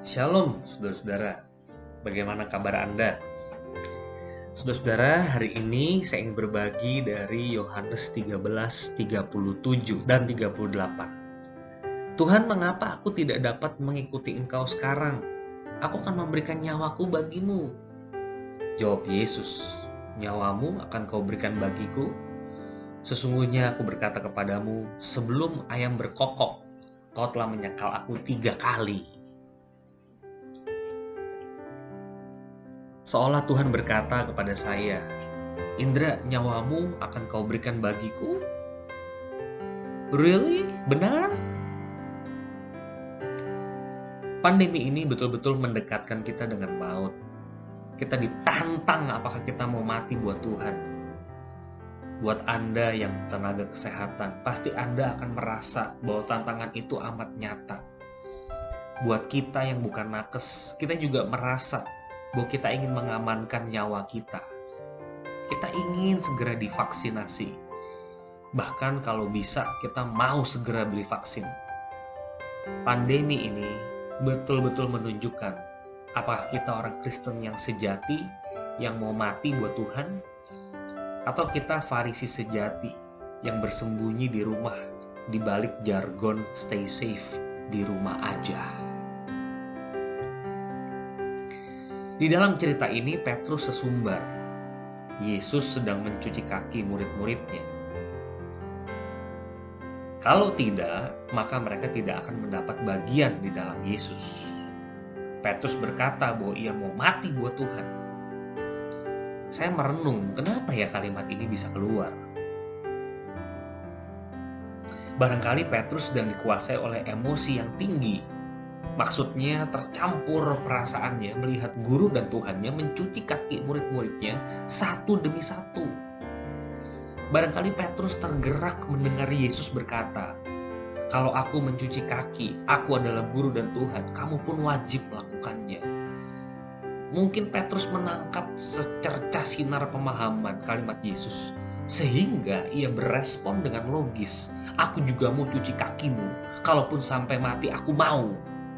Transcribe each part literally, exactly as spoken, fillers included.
Shalom, saudara-saudara. Bagaimana kabar Anda? Saudara-saudara, hari ini saya ingin berbagi dari Yohanes tiga belas, tiga puluh tujuh dan tiga puluh delapan. Tuhan, mengapa aku tidak dapat mengikuti Engkau sekarang? Aku akan memberikan nyawaku bagimu. Jawab Yesus, nyawamu akan kau berikan bagiku? Sesungguhnya aku berkata kepadamu, sebelum ayam berkokok, kau telah menyangkal aku tiga kali. Seolah Tuhan berkata kepada saya, Indra, nyawamu akan kau berikan bagiku? Really? Benar? Pandemi ini betul-betul mendekatkan kita dengan maut. Kita ditantang apakah kita mau mati buat Tuhan. Buat Anda yang tenaga kesehatan, pasti Anda akan merasa bahwa tantangan itu amat nyata. Buat kita yang bukan nakes, kita juga merasa bahwa kita ingin mengamankan nyawa kita. Kita ingin segera divaksinasi. Bahkan kalau bisa, kita mau segera beli vaksin. Pandemi ini betul-betul menunjukkan apakah kita orang Kristen yang sejati, yang mau mati buat Tuhan, atau kita Farisi sejati yang bersembunyi di rumah, di balik jargon stay safe, di rumah aja. Di dalam cerita ini, Petrus sesumbar. Yesus sedang mencuci kaki murid-muridnya. Kalau tidak, maka mereka tidak akan mendapat bagian di dalam Yesus. Petrus berkata bahwa ia mau mati buat Tuhan. Saya merenung, kenapa ya kalimat ini bisa keluar? Barangkali Petrus sedang dikuasai oleh emosi yang tinggi. Maksudnya tercampur perasaannya melihat guru dan Tuhannya mencuci kaki murid-muridnya satu demi satu. Barangkali Petrus tergerak mendengar Yesus berkata, kalau aku mencuci kaki, aku adalah guru dan Tuhan, kamu pun wajib melakukannya. Mungkin Petrus menangkap secercah sinar pemahaman kalimat Yesus, sehingga ia berespon dengan logis, aku juga mau cuci kakimu, kalaupun sampai mati aku mau.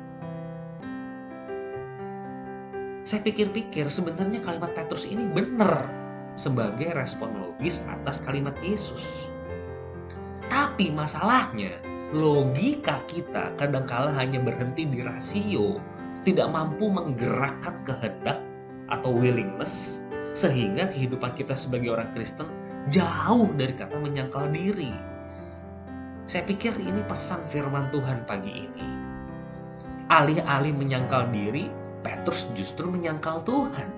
Saya pikir-pikir sebenarnya kalimat Petrus ini benar sebagai respon logis atas kalimat Yesus. Tapi masalahnya, logika kita kadangkala hanya berhenti di rasio, tidak mampu menggerakkan kehendak atau willingness, sehingga kehidupan kita sebagai orang Kristen jauh dari kata menyangkal diri. Saya pikir ini pesan firman Tuhan pagi ini. Alih-alih menyangkal diri, Petrus justru menyangkal Tuhan.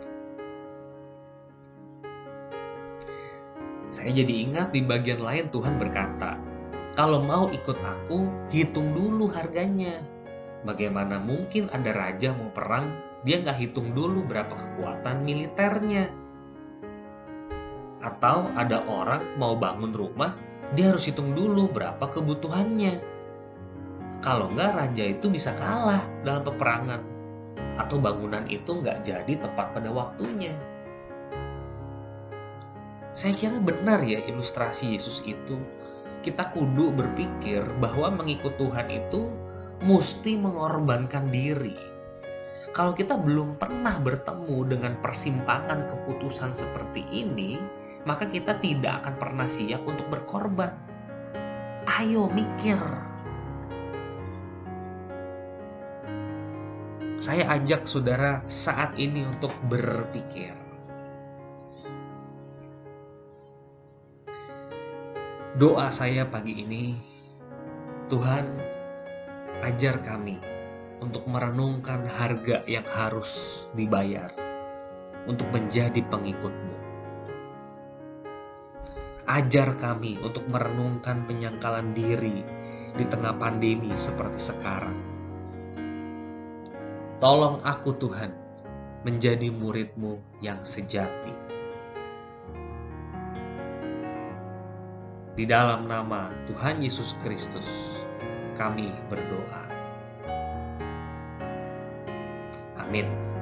Saya jadi ingat di bagian lain Tuhan berkata, kalau mau ikut aku, hitung dulu harganya. Bagaimana mungkin ada raja mau perang, dia nggak hitung dulu berapa kekuatan militernya. Atau ada orang mau bangun rumah, dia harus hitung dulu berapa kebutuhannya. Kalau nggak, raja itu bisa kalah dalam peperangan. Atau bangunan itu nggak jadi tepat pada waktunya. Saya kira benar ya ilustrasi Yesus itu. Kita kudu berpikir bahwa mengikut Tuhan itu mesti mengorbankan diri. Kalau kita belum pernah bertemu dengan persimpangan keputusan seperti ini, maka kita tidak akan pernah siap untuk berkorban. Ayo mikir. Saya ajak saudara saat ini untuk berpikir. Doa saya pagi ini, Tuhan, ajar kami untuk merenungkan harga yang harus dibayar untuk menjadi pengikut-Mu. Ajar kami untuk merenungkan penyangkalan diri di tengah pandemi seperti sekarang. Tolong aku Tuhan, menjadi murid-Mu yang sejati. Di dalam nama Tuhan Yesus Kristus, kami berdoa. Amin.